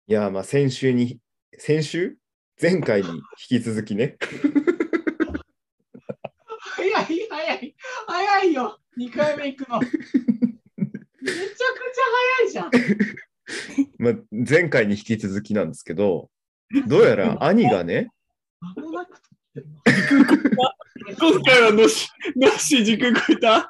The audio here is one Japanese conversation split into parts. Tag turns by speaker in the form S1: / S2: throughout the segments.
S1: いや、まあ先週前回に引き続きね。
S2: 早いよ。2回目行くの。めちゃくちゃ早いじゃん。
S1: まあ、前回に引き続きなんですけど、どうやら兄がね、
S2: 間もなく撮ってるの。
S3: 今回はのし時空超えた。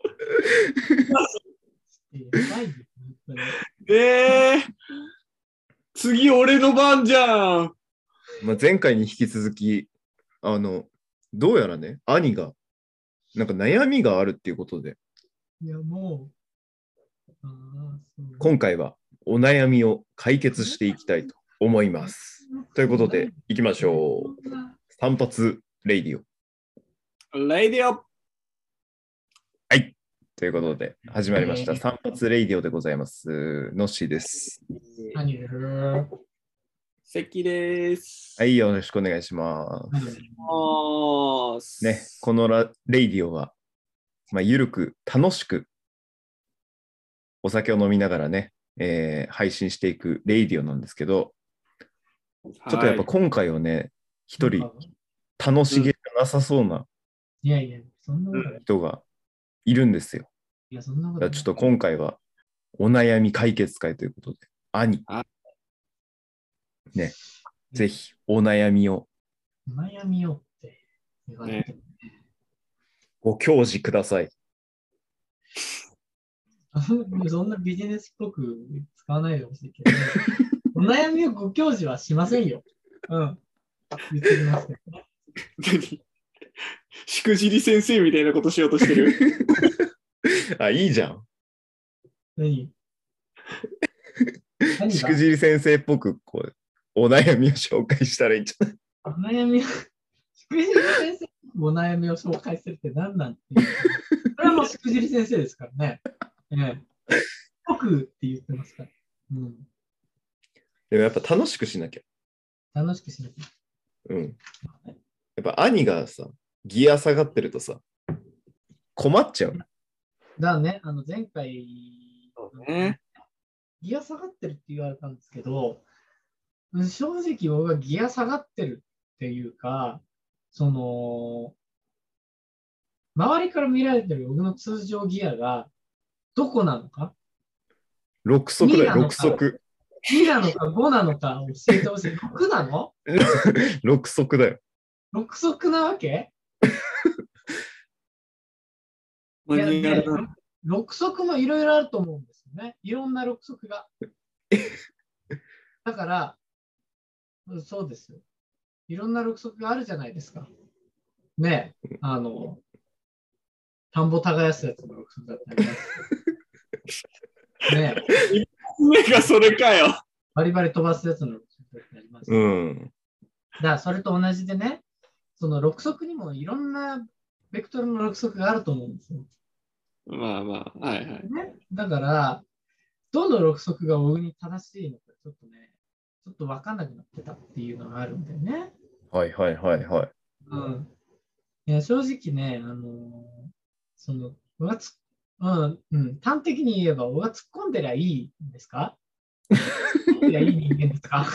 S3: 次俺の番じゃん。
S1: まあ、前回に引き続き、どうやらね、兄が、なんか悩みがあるっていうことで、
S2: いや、もう、
S1: 今回はお悩みを解決していきたいと思います。ということで、行きましょう。散髪レイディオ。
S3: レイディオ。
S1: はい。ということで、始まりました。散髪レイディオでございます。のっしーです。
S2: 何です
S3: 関です。
S1: はい、よろしくお願いします。ね、このレイディオは、まあ、ゆるく楽しくお酒を飲みながらね、配信していくレイディオなんですけど、ちょっとやっぱ今回はね、一人楽しげじゃなさそうな人がいるんですよ。ちょっと今回はお悩み解決会ということで、兄、ね、ぜひお悩みを
S2: って言われてもね。
S1: ご教示ください。
S2: そんなビジネスっぽく使わないでほしいけど、ね、お悩みをご教示はしませんよ。うん。言ってきますね。
S3: 何しくじり先生みたいなことしようとしてる
S1: あ、いいじゃん。
S2: 何
S1: しくじり先生っぽくこうお悩みを紹介したらいいんじゃない？
S2: お悩みを、しくじり先生お悩みを紹介するって何なんていう。それはもうしくじり先生ですからね。僕って言ってますから。うん。
S1: でもやっぱ楽しくしなきゃ。
S2: 楽しくしなきゃ。
S1: うん。やっぱ兄がさ、ギア下がってるとさ、困っちゃう。
S2: だね、前回、
S3: ね、
S2: ギア下がってるって言われたんですけど、正直僕はギア下がってるっていうか、周りから見られてる僕の通常ギアがどこなのか
S1: 6速だよ、6速。
S2: 2なのか5なのか教えてほしい。6なの
S1: ?6 速だよ。
S2: 6速なわけいや、ね、6速もいろいろあると思うんですよね。いろんな6速が。だから、そうですよ。いろんな6速があるじゃないですか。ねえ、田んぼ耕すやつの6速だったりねえ。
S3: 目がそれかよ。
S2: バリバリ飛ばすやつの6速だったります。
S1: うん。
S2: だからそれと同じでね、その6速にもいろんなベクトルの6速があると思うんですよ。
S3: まあまあ、はいはい。
S2: ね、だから、どの6速が僕に正しいのか、ちょっと分かんなくなってたっていうのがあるんだよね。
S1: はいはいはいはい。
S2: うん。いや、正直ね、端的に言えば、僕が突っ込んでりゃいいんですか？突っ込んでりゃいい人間ですか？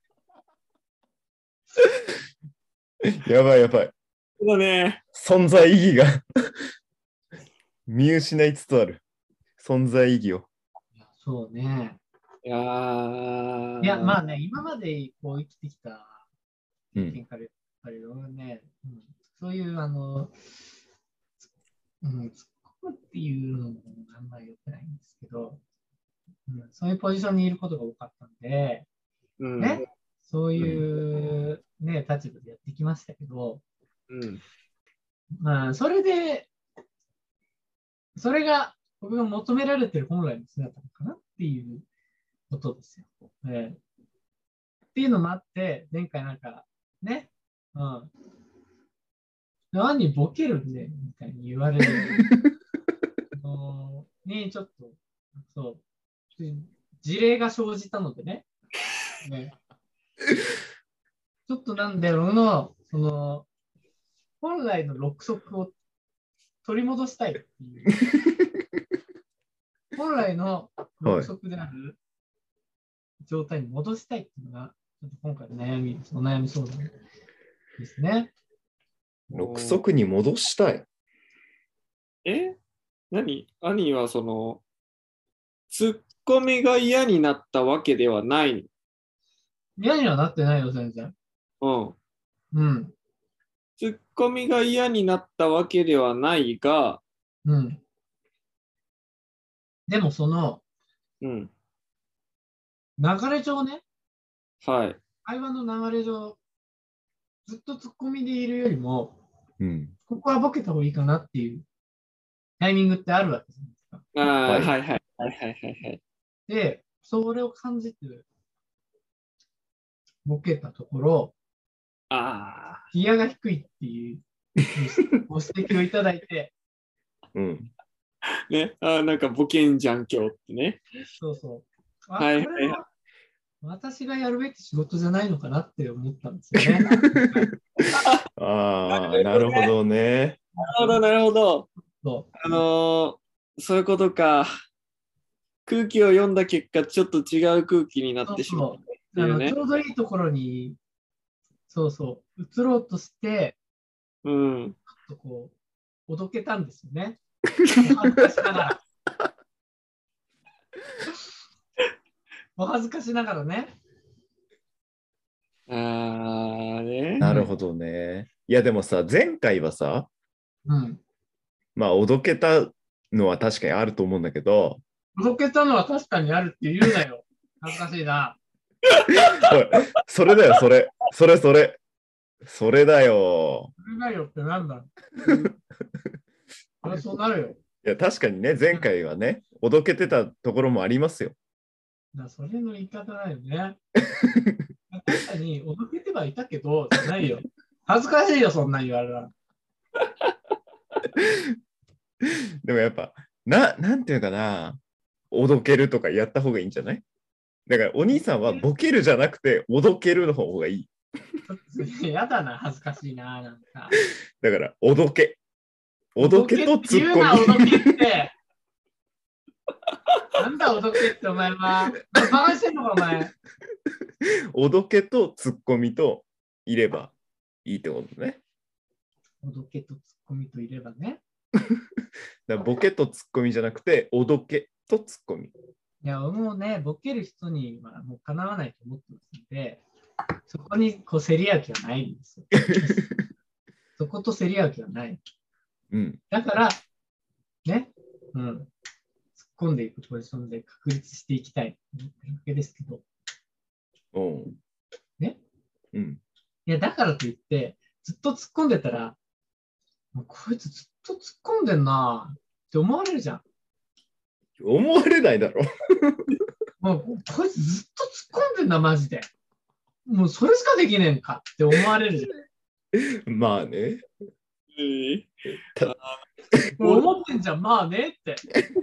S1: やばいやばい。
S3: そうだね。
S1: 存在意義が見失いつつある。存在意義を。
S2: そうね。
S3: いや、
S2: まあね、今までこう生きてきた経験から、やっぱりね、そういう、突っ込むっていうのもあんまり良くないんですけど、そういうポジションにいることが多かったんで、ね、そういう、ね、立場でやってきましたけど、まあ、それが僕が求められてる本来の姿なのかなっていうことですよ。っていうのもあって、前回なんか、ね、何ボケるねみたいに言われるにちょっと、そう、事例が生じたのでね。ちょっとなんで、僕の、本来の6速を取り戻したいっていう。本来の6速である状態に戻したいっていうのが、ちょっと今回の悩みです。お悩み相談ですね。
S1: 6足に戻したい。
S3: 何兄はその、ツッコミが嫌になったわけではない。
S2: 嫌にはなってないよ、全然。
S3: うん。
S2: うん。
S3: ツッコミが嫌になったわけではないが、
S2: うん。でもその、
S3: うん。
S2: 流れ上ね、
S3: はい。
S2: 会話の流れ上、ずっとツッコミでいるよりも、
S1: うん。
S2: ここはボケた方がいいかなっていうタイミングってあるわけじゃないですか。
S3: ああ、
S1: はい
S3: はいはいはいはいはいはい。
S2: で、それを感じてボケたところ、
S3: ああ。
S2: ギアが低いっていうご指摘をいただいて、
S1: うん。
S3: ね、なんかボケんじゃん今日ってね。
S2: そうそう。
S3: はいはい
S2: これは私がやるべき仕事じゃないのかなって思ったんですよね。
S1: ああ、なるほどね。
S3: なるほど、なるほど。
S2: そ
S3: そういうことか。空気を読んだ結果、ちょっと違う空気になってしまう。
S2: ちょうどいいところに、そうそう、移ろうとして、
S3: うん。
S2: ちょっとこう、おどけたんですよね。お恥ずかしながら。お恥ずかしながらね。
S3: ああね。
S1: なるほどね。いや、でもさ、前回はさ、
S2: うん。
S1: まあ、おどけたのは確かにあると思うんだけど、
S2: おどけたのは確かにあるって言うなよ。恥ずかしいな。
S1: おいそれだよ、それ。それそれ。それだよ。
S2: それだよってなんだ。そりゃそうなるよ。
S1: いや、確かにね、前回はね、おどけてたところもありますよ。
S2: それの言い方だよね。確かに、おどけてはいたけど、じゃないよ。恥ずかしいよ、そんなん言われたら。
S1: でもやっぱ、なんていうかな、おどけるとかやった方がいいんじゃない？だからお兄さんはボケるじゃなくて、おどけるの方がいい。
S2: やだな、恥ずかしいな、なんか。
S1: だから、おどけ。おどけとツッコミ。
S2: 言うな、おどけって。なんだ、おどけって、お前は。バカしてんのか、お前。
S1: おどけとツッコミといればいいってことね。
S2: おどけとツッコミといればね。
S1: だからボケとツッコミじゃなくて、おどけとツッコミ。
S2: いや、もうね、ボケる人にはもうかなわないと思ってますので、そこにこう競り合う気はないんですよ。そこと競り合う気はない。
S1: うん。
S2: だから、ね、うん、突っ込んでいくポジションで確立していきたいと思ってるわけですけど、
S1: おう。
S2: ね。
S1: うん。
S2: いや、だからといって、ずっと突っ込んでたら、もうこいつずっと突っ込んでんなって思われるじゃん。
S1: 思われないだろ。
S2: もうこいつずっと突っ込んでんな、マジで。もうそれしかできねえんかって思われるじ
S1: ゃん。まあね。
S2: 思ってんじゃん、まあねって。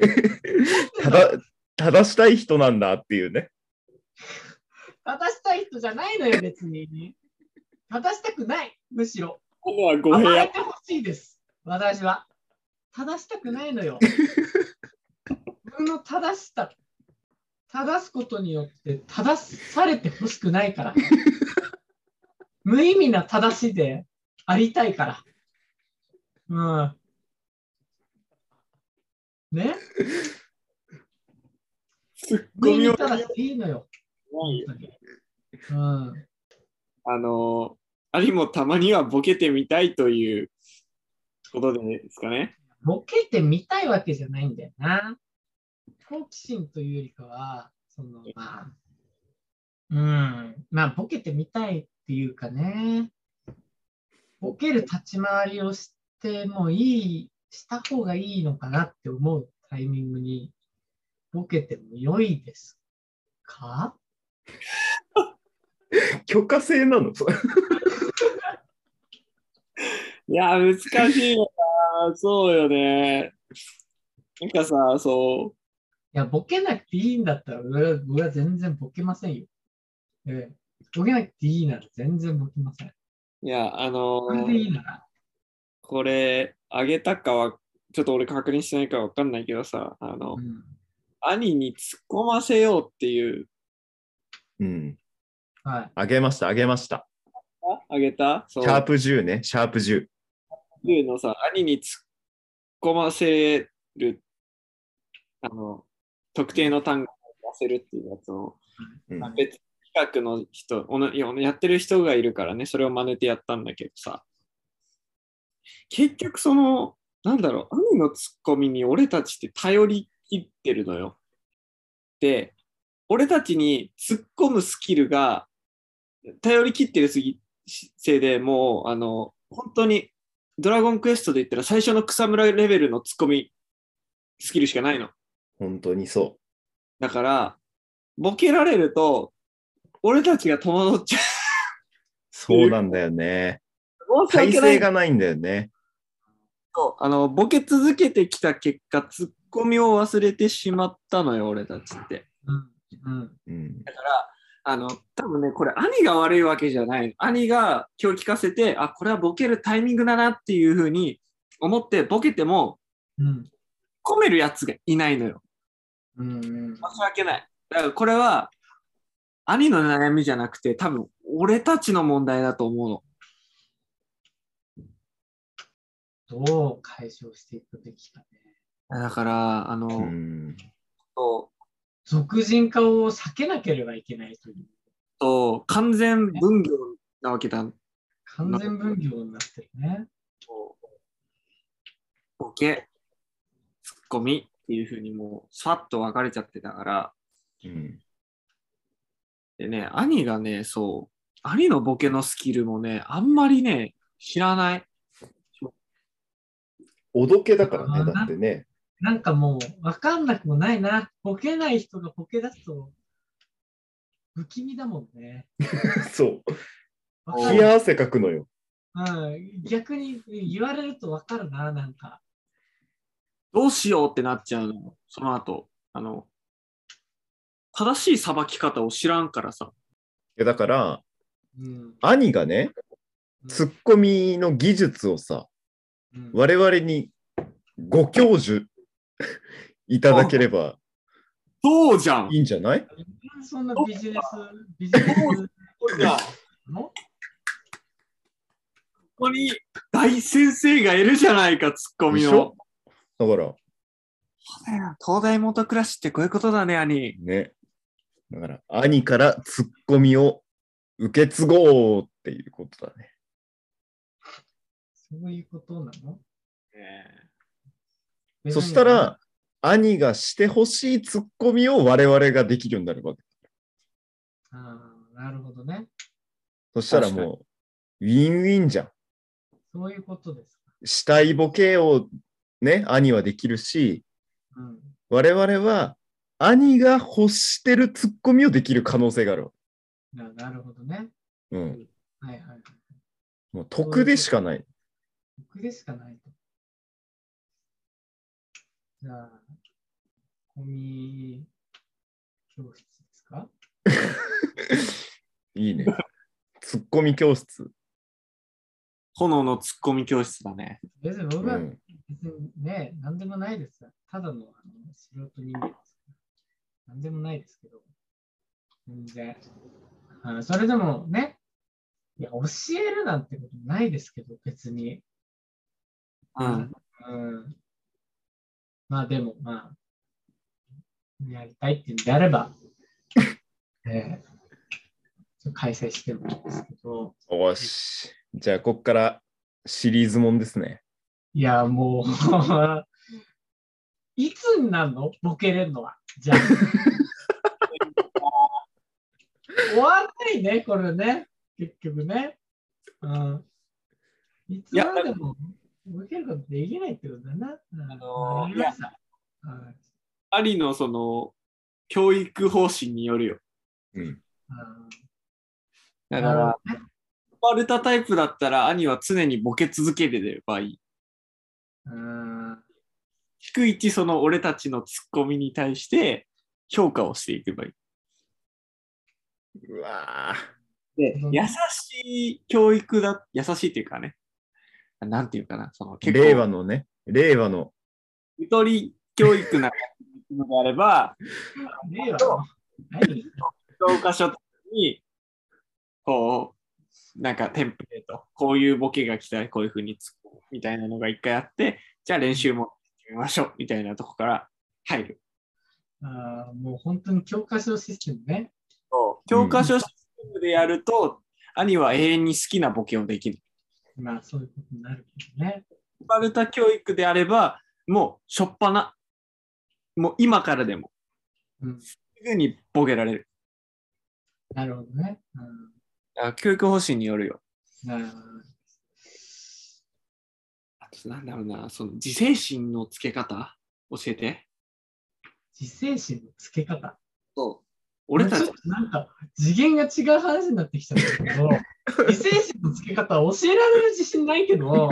S1: 正したい人なんだっていうね。
S2: 正したい人じゃないのよ、別に。正したくない、むしろ。
S3: ここはご部屋。
S2: 甘えてほしいです、私は。正したくないのよ。僕の正すことによって正されてほしくないから。無意味な正しでありたいから。うん。ね。無意味正しでいいのよ。本当に。うん。
S3: 兄もたまにはボケてみたいということですかね。
S2: ボケてみたいわけじゃないんだよな。好奇心というよりかは、まあ、ボケてみたいっていうかね、ボケる立ち回りをしてもした方がいいのかなって思うタイミングに、ボケても良いですか？
S1: 許可制なの？
S3: いや、難しいよな。そうよね。なんかさ、そう。
S2: いや、ボケなくていいんだったら、俺は全然ボケませんよ。ボケなくていいなら全然ボケません。
S3: いや、
S2: これでいいなら。
S3: これ、あげたかは、ちょっと俺確認してないから分かんないけどさ、兄に突っ込ませようっていう
S1: うん。
S2: はい。
S1: あげました、あげました。
S3: あげた
S1: シャープ10ね、シャープ10。
S3: 10のさ、兄に突っ込ませる、特定の単語を出せるっていうやつを、別企画の人、やってる人がいるからね、それを真似てやったんだけどさ、結局なんだろう、兄のツッコミに俺たちって頼りきってるのよ。で、俺たちに突っ込むスキルが頼りきってるせいでもう、本当にドラゴンクエストで言ったら最初の草むらレベルのツッコミスキルしかないの。
S1: 本当にそう。
S3: だから、ボケられると、俺たちが戸惑っちゃう。
S1: そうなんだよね。体勢がないんだよね。
S3: そうボケ続けてきた結果、ツッコミを忘れてしまったのよ、俺たちって。だから、多分ね、これ、兄が悪いわけじゃない。兄が今日聞かせて、あ、これはボケるタイミングだなっていうふうに思って、ボケても、込めるやつがいないのよ。申し訳ない。だからこれは、兄の悩みじゃなくて、多分、俺たちの問題だと思うの。
S2: どう解消していくべきかね。
S3: だから、
S2: 俗人化を避けなければいけないという。
S3: 完全分業なわけだ。
S2: 完全分業になってるね。
S3: ボケ、ツッコミっていうふうにもう、さっと分かれちゃってたから。でね、兄がね、兄のボケのスキルもね、あんまりね、知らない。
S1: おどけだからね、だってね。
S2: なんかもう、わかんなくもないな。ボケない人がボケ出すと、不気味だもんね。
S1: そう。冷や汗かくのよ。
S2: 逆に言われるとわかるな、なんか。
S3: どうしようってなっちゃうの。その後、正しいさばき方を知らんからさ。
S1: だから、兄がね、ツッコミの技術をさ、我々にご教授いただければ
S3: そうじゃん。
S1: いいんじゃない？
S2: そんなビジネス
S3: ここに大先生がいるじゃないか、ツッコミの。
S1: だから、
S3: 東大元暮らしってこういうことだね、兄。
S1: ね。だから、兄からツッコミを受け継ごうっていうことだね。
S2: そういうことなの？
S1: そしたら、兄がしてほしいツッコミを我々ができるようになるわけ。
S2: なるほどね。
S1: そしたらもう、ウィンウィンじゃん。
S2: そういうことですか。
S1: したいボケをね、兄はできるし、我々は兄が欲してるツッコミをできる可能性がある。
S2: なるほどね。
S1: もう得でしかない。
S2: 得でしかないと。じゃあ、コミ教室ですか？
S1: いいね。ツッコミ教室。
S3: 炎のツッコミ教室だね。
S2: 別に僕は、別にね、なんでもないです。ただの素人人間です。なんでもないですけど。全然。それでもね、いや、教えるなんてことないですけど、別に。まあでも、やりたいっていうんであれば、開催してもいいですけど。
S1: よし。じゃあ、こっからシリーズもんですね。
S2: いや、もう、いつになるの？ボケれるのは。じゃあ。終わんないね、これね。結局ね。いつまでもボケることできないってことだな。
S3: 兄のその教育方針によるよ。だから、スパルタタイプだったら兄は常にボケ続けてればいい。逐一その俺たちのツッコミに対して評価をしていけばいい。
S1: うわ
S3: で、優しい教育だ、優しいっていうかね、なんていうかな、
S1: 結構令和のね、令和の。
S3: ゆとり教育なのであれば、
S2: 令和の
S3: 教科書とに、こう、なんかテンプレート、こういうボケが来たらこういうふうに突っ込むみたいなのが一回あって、じゃあ練習も決めましょうみたいなとこから入る。
S2: もう本当に教科書システムね。
S3: そう教科書システムでやると、兄は永遠に好きなボケをできる。
S2: まあそういうことになるけどね。
S3: スパルタ教育であれば、もうしょっぱな、もう今からでも、すぐにボケられる。
S2: なるほどね。
S3: 教育方針によるよ。
S2: なるほど。
S3: あとなんだろうな、その自制心のつけ方教えて。
S2: 自制心のつけ方。
S3: そう。俺たち。
S2: なんか次元が違う話になってきちゃったけど、自制心のつけ方は教えられる自信ないけど。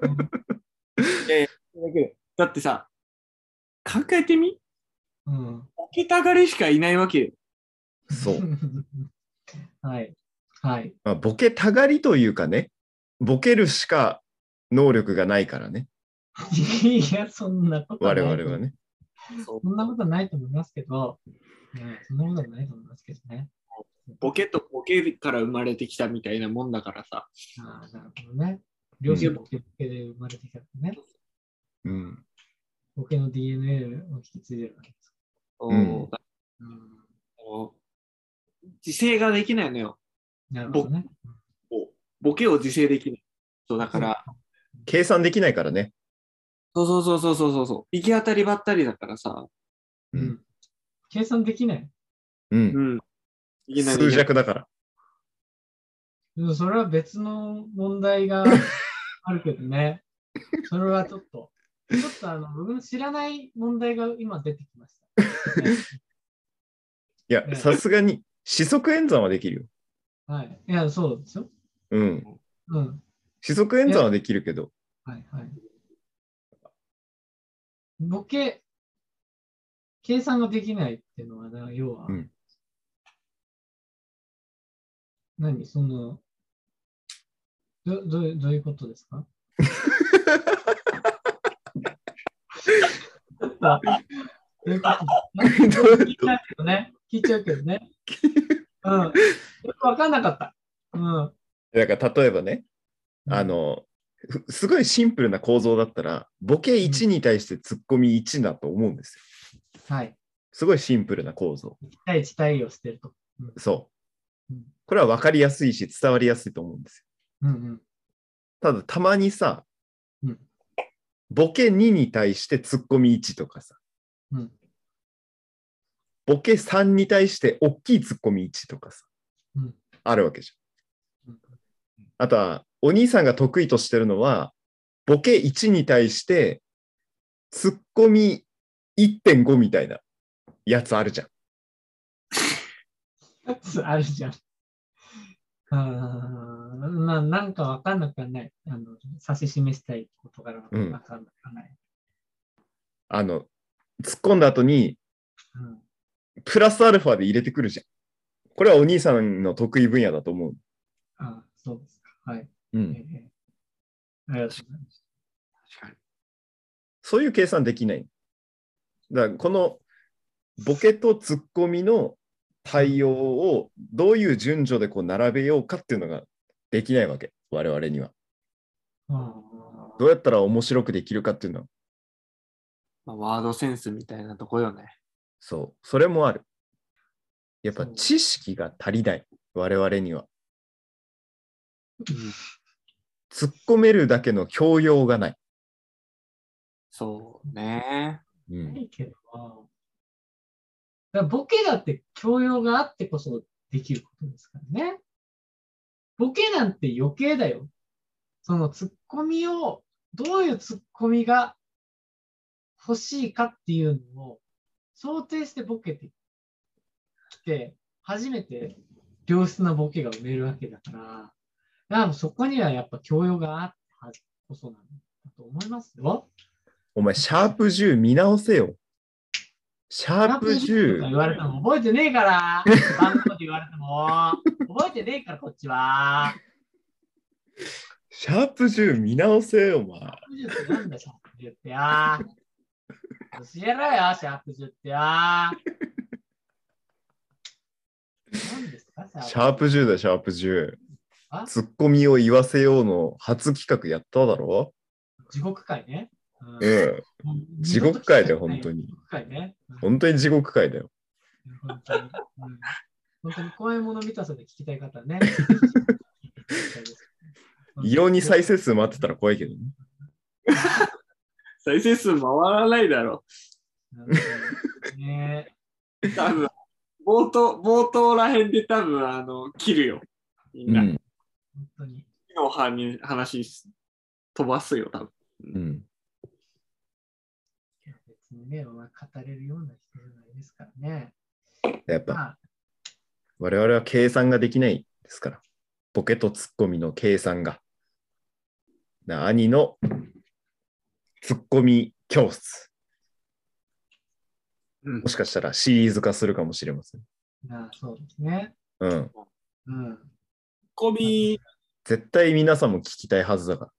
S3: だってさ、考えてみ、
S2: ボ
S3: ケたがりしかいないわけよ。
S1: そう。
S2: はい。はい。
S1: まあ、ボケたがりというかね、ボケるしか能力がないからね。
S2: いや、そんなことない。
S1: 我々はね。
S2: そんなことないと思いますけど、そんなことないと思いますけどね。
S3: ボケとボケから生まれてきたみたいなもんだからさ。
S2: なるほどね。両親ボケボケで生まれてきたね。ボケの DNA を引き継いでるわけです。
S3: 自制ができないのよ。
S2: なるほどね。
S3: ボケを自制できない。そうだから。
S1: 計算できないからね。
S3: そう。行き当たりばったりだからさ。
S2: 計算できない。
S1: 数弱だから。
S2: でもそれは別の問題があるけどね。それはちょっと僕の知らない問題が今出てきました。
S1: いや、さすがに四則演算はできるよ。
S2: はい。いや、そうですよ。
S1: 四則演算はできるけど。
S2: はいはい。ボケ、計算ができないっていうのは、要は、何そのどういうことですか？聞いちゃうけどね。よくわかんなかった。
S1: だから例えばね、すごいシンプルな構造だったら、ボケ1に対してツッコミ1だと思うんですよ。
S2: はい。
S1: すごいシンプルな構造。
S2: 1対1対応してると。
S1: そう。これは分かりやすいし、伝わりやすいと思うんですよ。ただ、たまにさ、ボケ2に対してツッコミ1とかさ、ボケ3に対して大きいツッコミ1とかさ、あるわけじゃん。あとは、お兄さんが得意としてるのは、ボケ1に対してツッコミ 1.5 みたいなやつあるじゃん。
S2: やつあるじゃん。なんかわかんなくはない。指し示したいことがわかんなくはない。
S1: 突っ込んだ後に、プラスアルファで入れてくるじゃん。これはお兄さんの得意分野だと思う。
S2: そうですか。はい。ありがとうございます。
S3: 確かに。
S1: そういう計算できない。だからこのボケとツッコミの対応をどういう順序でこう並べようかっていうのができないわけ。我々には。どうやったら面白くできるかっていうのは。
S3: ワードセンスみたいなとこよね。
S1: そう。それもある。やっぱ知識が足りない。我々には。突っ込めるだけの教養がない。
S3: そうね。
S2: ないけどボケだって教養があってこそできることですからね。ボケなんて余計だよ。そのツッコミを、どういうツッコミが欲しいかっていうのを想定してボケてきて、初めて良質なボケが生めるわけだから、だからそこにはやっぱ教養があってこそなんだと思いますよ。
S1: お前、シャープ10見直せよ。シャープ10。
S2: 言われても覚えてねえから。番号で言われても。覚えてねえから、こっちは。
S1: シャープ10見直せよ、お前。
S2: シャープ10ってなんだ、シャープ10ってや。教えろよ、シャープ10ってや。何ですか
S1: シャープ10だよ、シャープ10。
S2: あ
S1: ツッコミを言わせようの初企画やっただろ？
S2: 地獄会ね。
S1: 地獄会だよ、本当に。
S2: 地獄会ね。
S1: 本当に地獄会だよ。
S2: 本当に。本当に怖いもの見たさで聞きたい方ね。
S1: 異様に再生数待ってたら怖いけどね。
S3: 再生数回らないだろ。
S2: ね、
S3: 多分冒頭らへんで多分切るよ。みんな。
S2: 本当に。
S3: の話飛ばすよ、多分。
S2: 別にね、語れるような人じゃないですからね。
S1: やっぱ、我々は計算ができないですから。ボケとツッコミの計算が。兄のツッコミ教室。もしかしたらシリーズ化するかもしれません。
S2: そうですね。
S1: ツッ
S3: コミ
S1: 絶対皆さんも聞きたいはずだから。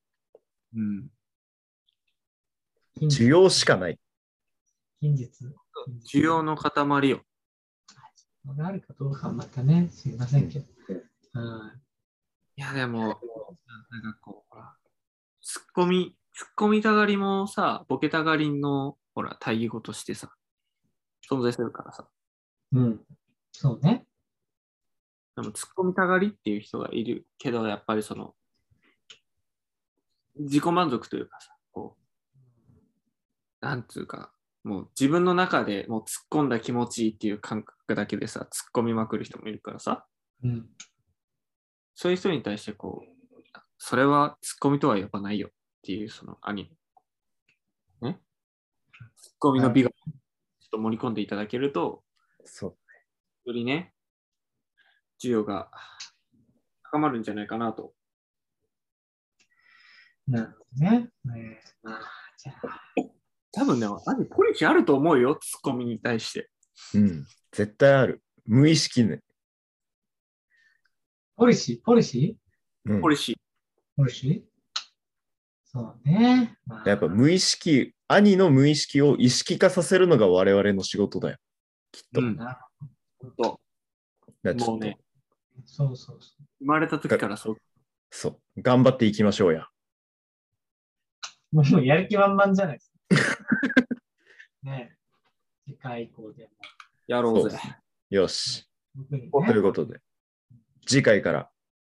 S1: 需要しかない。
S2: 近日。
S3: 需要の塊よ。
S2: があるかどうかはまたね、すいませんけど。
S3: いや、でも、なんかこう、ツッコミたがりもさ、ボケたがりの、ほら、対義語としてさ、存在するからさ。
S2: そうね。
S3: でも、ツッコミたがりっていう人がいるけど、やっぱりその、自己満足というかさ、こう、なんつうか、もう自分の中でもう突っ込んだ気持ちいいっていう感覚だけでさ、突っ込みまくる人もいるからさ、そういう人に対してこう、それは突っ込みとは呼ばないよっていうその兄の、ね、突っ込みの美がちょっと盛り込んでいただけると、
S1: そう
S3: よりね、需要が高まるんじゃないかなと。
S2: なるほどね。じゃあ
S3: 多分ね、兄ポリシーあると思うよ、ツッコミに対して。
S1: 絶対ある。無意識ね。
S2: ポリシー
S3: ポリシー
S2: そうね。
S1: やっぱ無意識、兄の無意識を意識化させるのが我々の仕事だよ。きっと。
S3: もうね、
S2: そう。
S3: 生まれた時からそう。
S1: そう。頑張っていきましょうや。
S2: もうやる気満々じゃないですか。ねえ。次回以降でも。
S3: やろうぜ。
S1: よし。ということで、次回から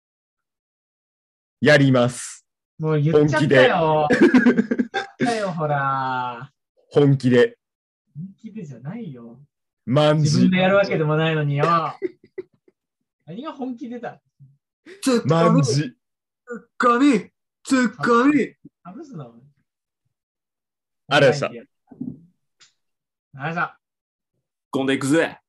S1: やります。
S2: もう言っちゃったよ。言っちゃったよ、ほら。
S1: 本気で。
S2: 本気でじゃないよ。
S1: 自
S2: 分でやるわけでもないのによ。何が本気でだ。
S1: ツッコミ。ツッコミ。
S2: 外すな。
S1: ありがとうございました。
S2: ありがとうございました。
S3: 飛んでいくぜ。